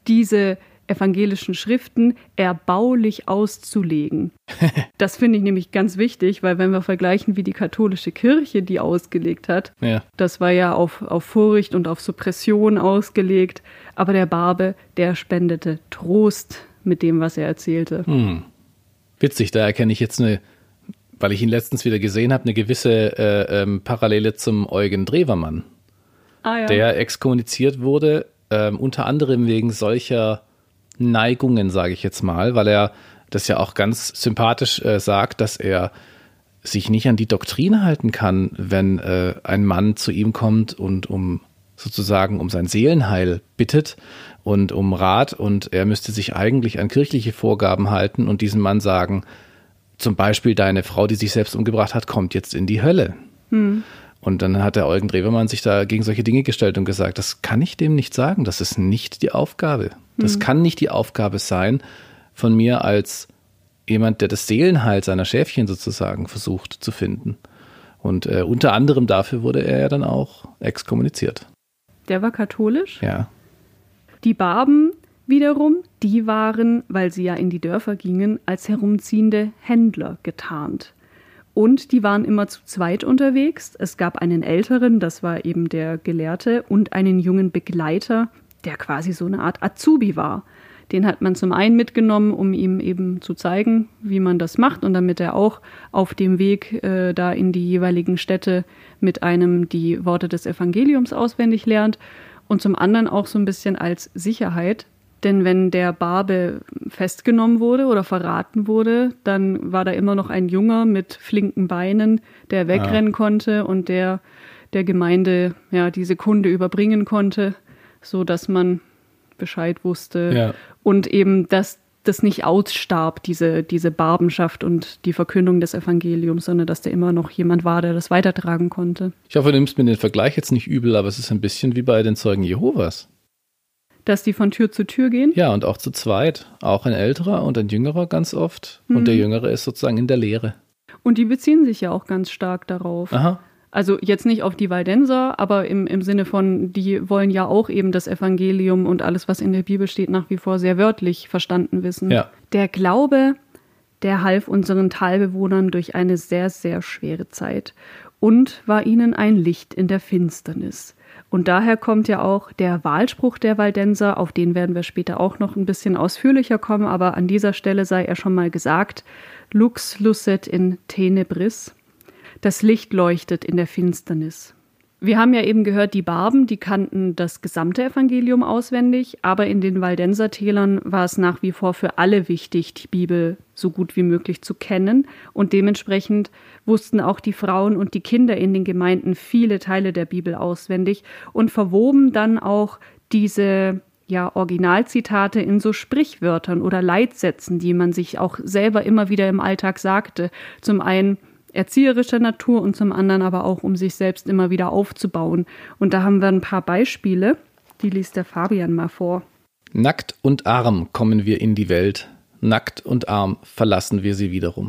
diese evangelischen Schriften erbaulich auszulegen. Das finde ich nämlich ganz wichtig, weil wenn wir vergleichen, wie die katholische Kirche die ausgelegt hat, ja. das war ja auf, auf Furcht und auf Suppression ausgelegt, aber der Barbe, der spendete Trost mit dem, was er erzählte. Hm. Witzig, da erkenne ich jetzt eine, weil ich ihn letztens wieder gesehen habe, eine gewisse äh, ähm, Parallele zum Eugen Drewermann, ah, ja. der exkommuniziert wurde, ähm, unter anderem wegen solcher Neigungen, sage ich jetzt mal, weil er das ja auch ganz sympathisch äh, sagt, dass er sich nicht an die Doktrin halten kann, wenn äh, ein Mann zu ihm kommt und um sozusagen um sein Seelenheil bittet und um Rat und er müsste sich eigentlich an kirchliche Vorgaben halten und diesem Mann sagen, zum Beispiel deine Frau, die sich selbst umgebracht hat, kommt jetzt in die Hölle. Hm. Und dann hat der Eugen Drewermann sich da gegen solche Dinge gestellt und gesagt, das kann ich dem nicht sagen, das ist nicht die Aufgabe. Das mhm. kann nicht die Aufgabe sein von mir als jemand, der das Seelenheil seiner Schäfchen sozusagen versucht zu finden. Und äh, unter anderem dafür wurde er ja dann auch exkommuniziert. Der war katholisch? Ja. Die Barben wiederum, die waren, weil sie ja in die Dörfer gingen, als herumziehende Händler getarnt. Und die waren immer zu zweit unterwegs. Es gab einen Älteren, das war eben der Gelehrte, und einen jungen Begleiter, der quasi so eine Art Azubi war. Den hat man zum einen mitgenommen, um ihm eben zu zeigen, wie man das macht und damit er auch auf dem Weg äh, da in die jeweiligen Städte mit einem die Worte des Evangeliums auswendig lernt und zum anderen auch so ein bisschen als Sicherheit. Denn wenn der Barbe festgenommen wurde oder verraten wurde, dann war da immer noch ein Junger mit flinken Beinen, der wegrennen ja. konnte und der der Gemeinde ja diese Kunde überbringen konnte, so dass man Bescheid wusste ja. und eben, dass das nicht ausstarb, diese, diese Barbenschaft und die Verkündung des Evangeliums, sondern dass da immer noch jemand war, der das weitertragen konnte. Ich hoffe, du nimmst mir den Vergleich jetzt nicht übel, aber es ist ein bisschen wie bei den Zeugen Jehovas. Dass die von Tür zu Tür gehen? Ja, und auch zu zweit. Auch ein älterer und ein jüngerer ganz oft. Mhm. Und der Jüngere ist sozusagen in der Lehre. Und die beziehen sich ja auch ganz stark darauf. Aha. Also jetzt nicht auf die Waldenser, aber im, im Sinne von, die wollen ja auch eben das Evangelium und alles, was in der Bibel steht, nach wie vor sehr wörtlich verstanden wissen. Ja. Der Glaube, der half unseren Talbewohnern durch eine sehr, sehr schwere Zeit und war ihnen ein Licht in der Finsternis. Und daher kommt ja auch der Wahlspruch der Waldenser, auf den werden wir später auch noch ein bisschen ausführlicher kommen, aber an dieser Stelle sei er schon mal gesagt, Lux lucet in tenebris, das Licht leuchtet in der Finsternis. Wir haben ja eben gehört, die Barben, die kannten das gesamte Evangelium auswendig, aber in den Waldensertälern war es nach wie vor für alle wichtig, die Bibel so gut wie möglich zu kennen und dementsprechend wussten auch die Frauen und die Kinder in den Gemeinden viele Teile der Bibel auswendig und verwoben dann auch diese ja, Originalzitate in so Sprichwörtern oder Leitsätzen, die man sich auch selber immer wieder im Alltag sagte. Zum einen erzieherischer Natur und zum anderen aber auch, um sich selbst immer wieder aufzubauen. Und da haben wir ein paar Beispiele, die liest der Fabian mal vor. Nackt und arm kommen wir in die Welt, nackt und arm verlassen wir sie wiederum.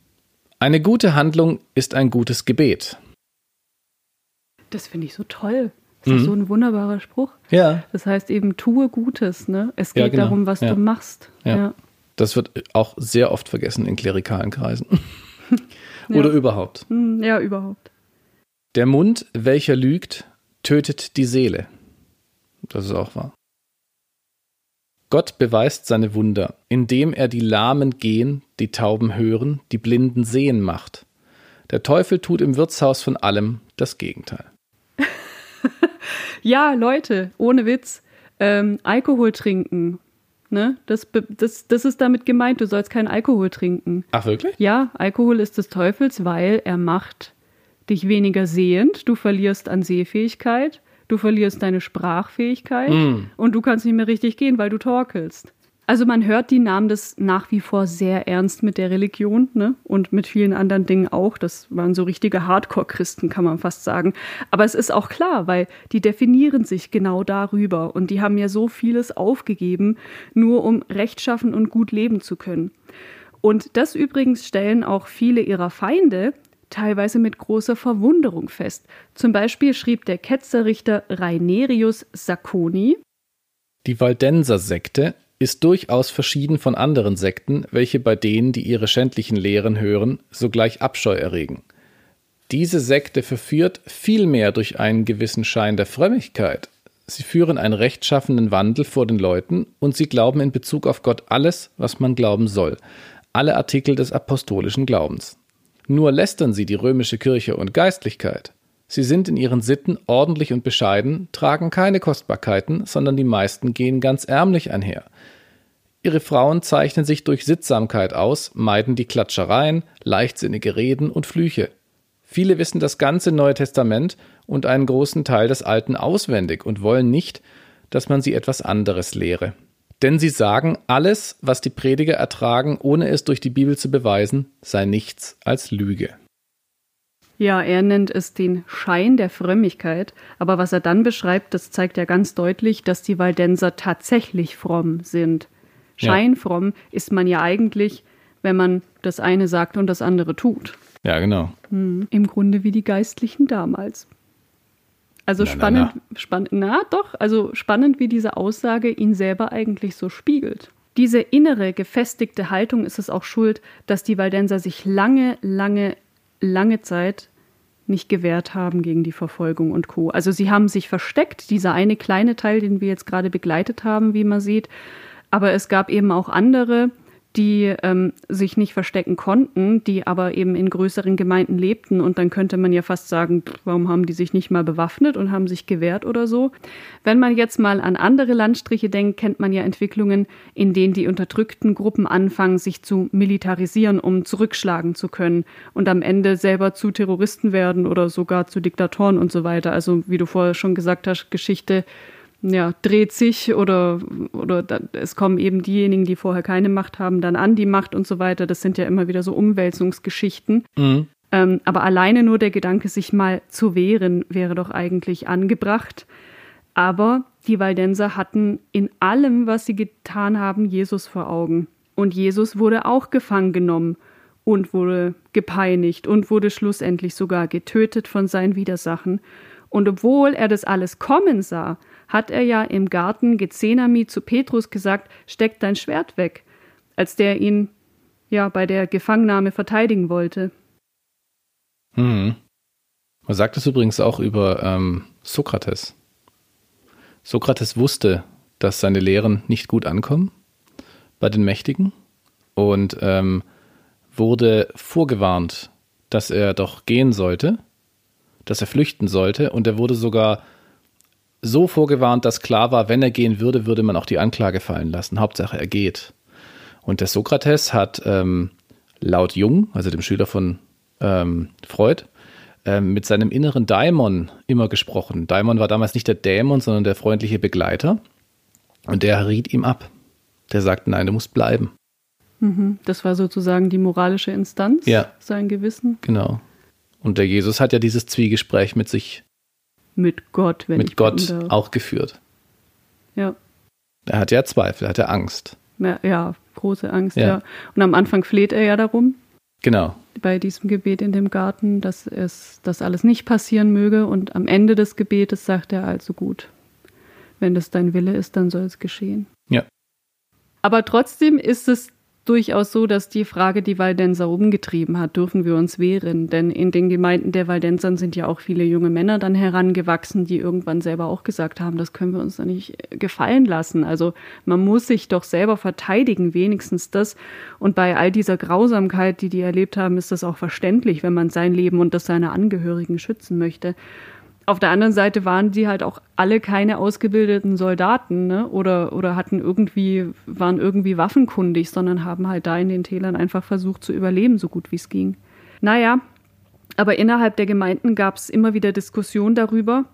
Eine gute Handlung ist ein gutes Gebet. Das finde ich so toll. Das ist mhm. so ein wunderbarer Spruch. Ja. Das heißt eben, tue Gutes. Ne? Es geht ja, genau. darum, was ja. du machst. Ja. Ja. Das wird auch sehr oft vergessen in klerikalen Kreisen. Oder ja. überhaupt. Ja, überhaupt. Der Mund, welcher lügt, tötet die Seele. Das ist auch wahr. Gott beweist seine Wunder, indem er die Lahmen gehen, die Tauben hören, die Blinden sehen macht. Der Teufel tut im Wirtshaus von allem das Gegenteil. Ja, Leute, ohne Witz, ähm, Alkohol trinken. Ne? Das, das, das ist damit gemeint, du sollst keinen Alkohol trinken. Ach, wirklich? Ja, Alkohol ist des Teufels, weil er macht dich weniger sehend, du verlierst an Sehfähigkeit, du verlierst deine Sprachfähigkeit mm. und du kannst nicht mehr richtig gehen, weil du torkelst. Also man hört, die nahmen das nach wie vor sehr ernst mit der Religion, ne? Und mit vielen anderen Dingen auch. Das waren so richtige Hardcore-Christen, kann man fast sagen. Aber es ist auch klar, weil die definieren sich genau darüber. Und die haben ja so vieles aufgegeben, nur um rechtschaffen und gut leben zu können. Und das übrigens stellen auch viele ihrer Feinde teilweise mit großer Verwunderung fest. Zum Beispiel schrieb der Ketzerrichter Reinerius Sacconi: Die Waldenser-Sekte ist durchaus verschieden von anderen Sekten, welche bei denen, die ihre schändlichen Lehren hören, sogleich Abscheu erregen. Diese Sekte verführt vielmehr durch einen gewissen Schein der Frömmigkeit. Sie führen einen rechtschaffenen Wandel vor den Leuten und sie glauben in Bezug auf Gott alles, was man glauben soll. Alle Artikel des apostolischen Glaubens. Nur lästern sie die römische Kirche und Geistlichkeit. Sie sind in ihren Sitten ordentlich und bescheiden, tragen keine Kostbarkeiten, sondern die meisten gehen ganz ärmlich einher. Ihre Frauen zeichnen sich durch Sittsamkeit aus, meiden die Klatschereien, leichtsinnige Reden und Flüche. Viele wissen das ganze Neue Testament und einen großen Teil des Alten auswendig und wollen nicht, dass man sie etwas anderes lehre. Denn sie sagen, alles, was die Prediger ertragen, ohne es durch die Bibel zu beweisen, sei nichts als Lüge. Ja, er nennt es den Schein der Frömmigkeit, aber was er dann beschreibt, das zeigt ja ganz deutlich, dass die Waldenser tatsächlich fromm sind. Scheinfromm ja. Ist man ja eigentlich, wenn man das eine sagt und das andere tut. Ja, genau. Hm, im Grunde wie die Geistlichen damals. Also na, spannend, na, na. spannend, na doch, also spannend, wie diese Aussage ihn selber eigentlich so spiegelt. Diese innere, gefestigte Haltung ist es auch schuld, dass die Waldenser sich lange, lange, lange Zeit nicht gewehrt haben gegen die Verfolgung und Co. Also sie haben sich versteckt, dieser eine kleine Teil, den wir jetzt gerade begleitet haben, wie man sieht. Aber es gab eben auch andere, die ähm, sich nicht verstecken konnten, die aber eben in größeren Gemeinden lebten. Und dann könnte man ja fast sagen, warum haben die sich nicht mal bewaffnet und haben sich gewehrt oder so. Wenn man jetzt mal an andere Landstriche denkt, kennt man ja Entwicklungen, in denen die unterdrückten Gruppen anfangen, sich zu militarisieren, um zurückschlagen zu können und am Ende selber zu Terroristen werden oder sogar zu Diktatoren und so weiter. Also wie du vorher schon gesagt hast, Geschichte ja, dreht sich oder, oder da, es kommen eben diejenigen, die vorher keine Macht haben, dann an die Macht und so weiter. Das sind ja immer wieder so Umwälzungsgeschichten. Mhm. Ähm, aber alleine nur der Gedanke, sich mal zu wehren, wäre doch eigentlich angebracht. Aber die Waldenser hatten in allem, was sie getan haben, Jesus vor Augen. Und Jesus wurde auch gefangen genommen und wurde gepeinigt und wurde schlussendlich sogar getötet von seinen Widersachen. Und obwohl er das alles kommen sah, hat er ja im Garten Gethsemane zu Petrus gesagt, steck dein Schwert weg, als der ihn ja bei der Gefangennahme verteidigen wollte. Mhm. Man sagt das übrigens auch über ähm, Sokrates. Sokrates wusste, dass seine Lehren nicht gut ankommen bei den Mächtigen und ähm, wurde vorgewarnt, dass er doch gehen sollte, dass er flüchten sollte, und er wurde sogar so vorgewarnt, dass klar war, wenn er gehen würde, würde man auch die Anklage fallen lassen. Hauptsache, er geht. Und der Sokrates hat ähm, laut Jung, also dem Schüler von ähm, Freud, ähm, mit seinem inneren Daimon immer gesprochen. Daimon war damals nicht der Dämon, sondern der freundliche Begleiter. Und der riet ihm ab. Der sagte, nein, du musst bleiben. Mhm. Das war sozusagen die moralische Instanz, ja. Sein Gewissen. Genau. Und der Jesus hat ja dieses Zwiegespräch mit sich Mit Gott, wenn mit ich Gott bin, auch geführt. Ja. Er hat ja Zweifel, er hat ja Angst. Ja, ja große Angst, ja. ja. Und am Anfang fleht er ja darum. Genau. Bei diesem Gebet in dem Garten, dass es, dass alles nicht passieren möge. Und am Ende des Gebetes sagt er, also gut, wenn das dein Wille ist, dann soll es geschehen. Ja. Aber trotzdem ist es durchaus so, dass die Frage die Waldenser umgetrieben hat, dürfen wir uns wehren? Denn in den Gemeinden der Waldensern sind ja auch viele junge Männer dann herangewachsen, die irgendwann selber auch gesagt haben, das können wir uns doch nicht gefallen lassen. Also man muss sich doch selber verteidigen, wenigstens das. Und bei all dieser Grausamkeit, die die erlebt haben, ist das auch verständlich, wenn man sein Leben und das seiner Angehörigen schützen möchte. Auf der anderen Seite waren die halt auch alle keine ausgebildeten Soldaten, ne? oder, oder hatten irgendwie, waren irgendwie waffenkundig, sondern haben halt da in den Tälern einfach versucht zu überleben, so gut wie es ging. Naja, aber innerhalb der Gemeinden gab es immer wieder Diskussionen darüber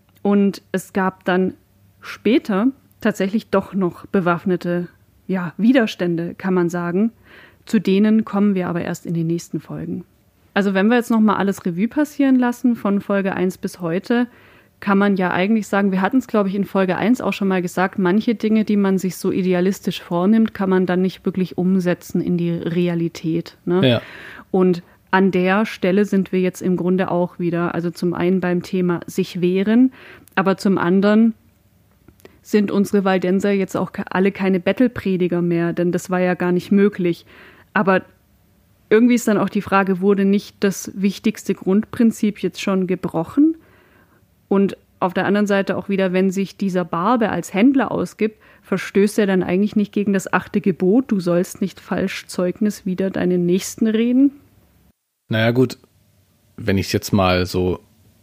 und es gab dann später tatsächlich doch noch bewaffnete ja, Widerstände, kann man sagen. Zu denen kommen wir aber erst in den nächsten Folgen. Also wenn wir jetzt nochmal alles Revue passieren lassen, von Folge eins bis heute, kann man ja eigentlich sagen, wir hatten es, glaube ich, in Folge eins auch schon mal gesagt, manche Dinge, die man sich so idealistisch vornimmt, kann man dann nicht wirklich umsetzen in die Realität. Ne? Ja. Und an der Stelle sind wir jetzt im Grunde auch wieder, also zum einen beim Thema sich wehren, aber zum anderen sind unsere Waldenser jetzt auch alle keine Bettelprediger mehr, denn das war ja gar nicht möglich. Aber irgendwie ist dann auch die Frage, wurde nicht das wichtigste Grundprinzip jetzt schon gebrochen? Und auf der anderen Seite auch wieder, wenn sich dieser Barbe als Händler ausgibt, verstößt er dann eigentlich nicht gegen das achte Gebot, du sollst nicht falsch Zeugnis wider deinen Nächsten reden? Naja gut, wenn ich es jetzt mal so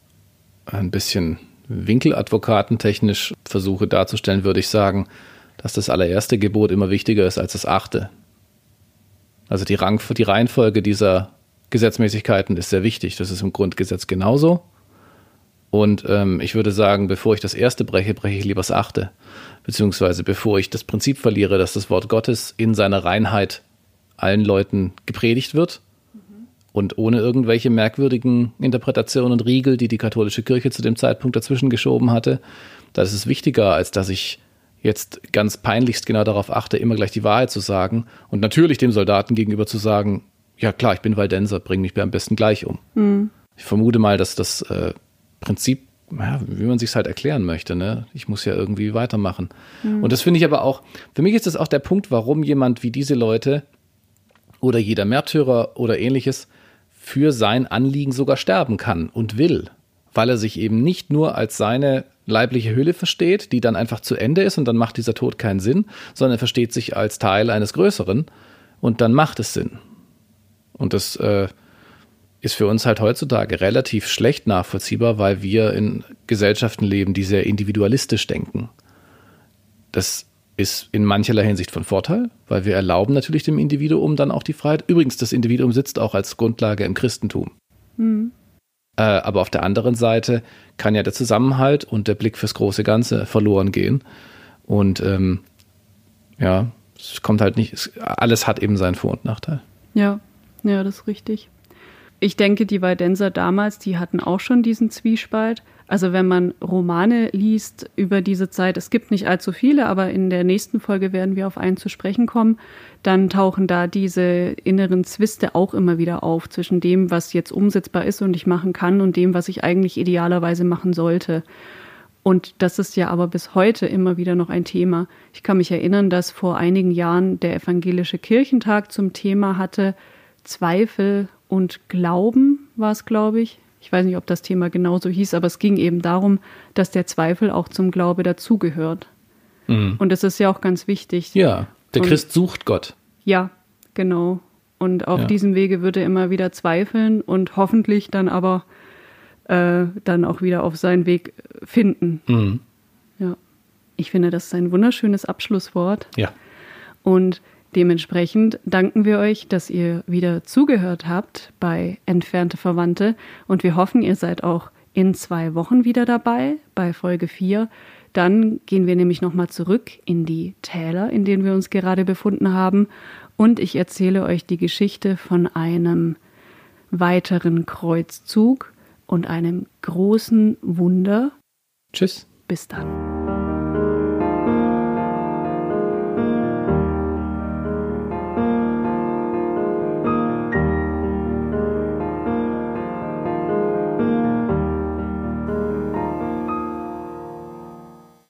ein bisschen winkeladvokatentechnisch versuche darzustellen, würde ich sagen, dass das allererste Gebot immer wichtiger ist als das achte. Also die, Rang, die Reihenfolge dieser Gesetzmäßigkeiten ist sehr wichtig. Das ist im Grundgesetz genauso. Und ähm, ich würde sagen, bevor ich das erste breche, breche ich lieber das achte. Beziehungsweise bevor ich das Prinzip verliere, dass das Wort Gottes in seiner Reinheit allen Leuten gepredigt wird mhm. und ohne irgendwelche merkwürdigen Interpretationen und Riegel, die die katholische Kirche zu dem Zeitpunkt dazwischen geschoben hatte. Das ist wichtiger, als dass ich jetzt ganz peinlichst genau darauf achte, immer gleich die Wahrheit zu sagen und natürlich dem Soldaten gegenüber zu sagen, ja klar, ich bin Waldenser, bring mich am besten gleich um. Mhm. Ich vermute mal, dass das äh, Prinzip, ja, wie man sich es halt erklären möchte, ne? Ich muss ja irgendwie weitermachen. Mhm. Und das finde ich aber auch, für mich ist das auch der Punkt, warum jemand wie diese Leute oder jeder Märtyrer oder ähnliches für sein Anliegen sogar sterben kann und will, weil er sich eben nicht nur als seine leibliche Hülle versteht, die dann einfach zu Ende ist und dann macht dieser Tod keinen Sinn, sondern er versteht sich als Teil eines Größeren und dann macht es Sinn. Und das äh, ist für uns halt heutzutage relativ schlecht nachvollziehbar, weil wir in Gesellschaften leben, die sehr individualistisch denken. Das ist in mancherlei Hinsicht von Vorteil, weil wir erlauben natürlich dem Individuum dann auch die Freiheit. Übrigens, das Individuum sitzt auch als Grundlage im Christentum. Mhm. Äh, aber auf der anderen Seite kann ja der Zusammenhalt und der Blick fürs große Ganze verloren gehen. Und ähm, ja, es kommt halt nicht, es, alles hat eben seinen Vor- und Nachteil. Ja, ja, das ist richtig. Ich denke, die Waldenser damals, die hatten auch schon diesen Zwiespalt. Also wenn man Romane liest über diese Zeit, es gibt nicht allzu viele, aber in der nächsten Folge werden wir auf einen zu sprechen kommen, dann tauchen da diese inneren Zwiste auch immer wieder auf zwischen dem, was jetzt umsetzbar ist und ich machen kann und dem, was ich eigentlich idealerweise machen sollte. Und das ist ja aber bis heute immer wieder noch ein Thema. Ich kann mich erinnern, dass vor einigen Jahren der Evangelische Kirchentag zum Thema hatte, Zweifel und Glauben war es, glaube ich. Ich weiß nicht, ob das Thema genauso hieß, aber es ging eben darum, dass der Zweifel auch zum Glaube dazugehört. Mhm. Und das ist ja auch ganz wichtig. Ja, der und, Christ sucht Gott. Ja, genau. Und auf ja. diesem Wege wird er immer wieder zweifeln und hoffentlich dann aber äh, dann auch wieder auf seinen Weg finden. Mhm. Ja, ich finde, das ist ein wunderschönes Abschlusswort. Ja. Und dementsprechend danken wir euch, dass ihr wieder zugehört habt bei Entfernte Verwandte und wir hoffen, ihr seid auch in zwei Wochen wieder dabei bei Folge vier. Dann gehen wir nämlich nochmal zurück in die Täler, in denen wir uns gerade befunden haben und ich erzähle euch die Geschichte von einem weiteren Kreuzzug und einem großen Wunder. Tschüss. Bis dann.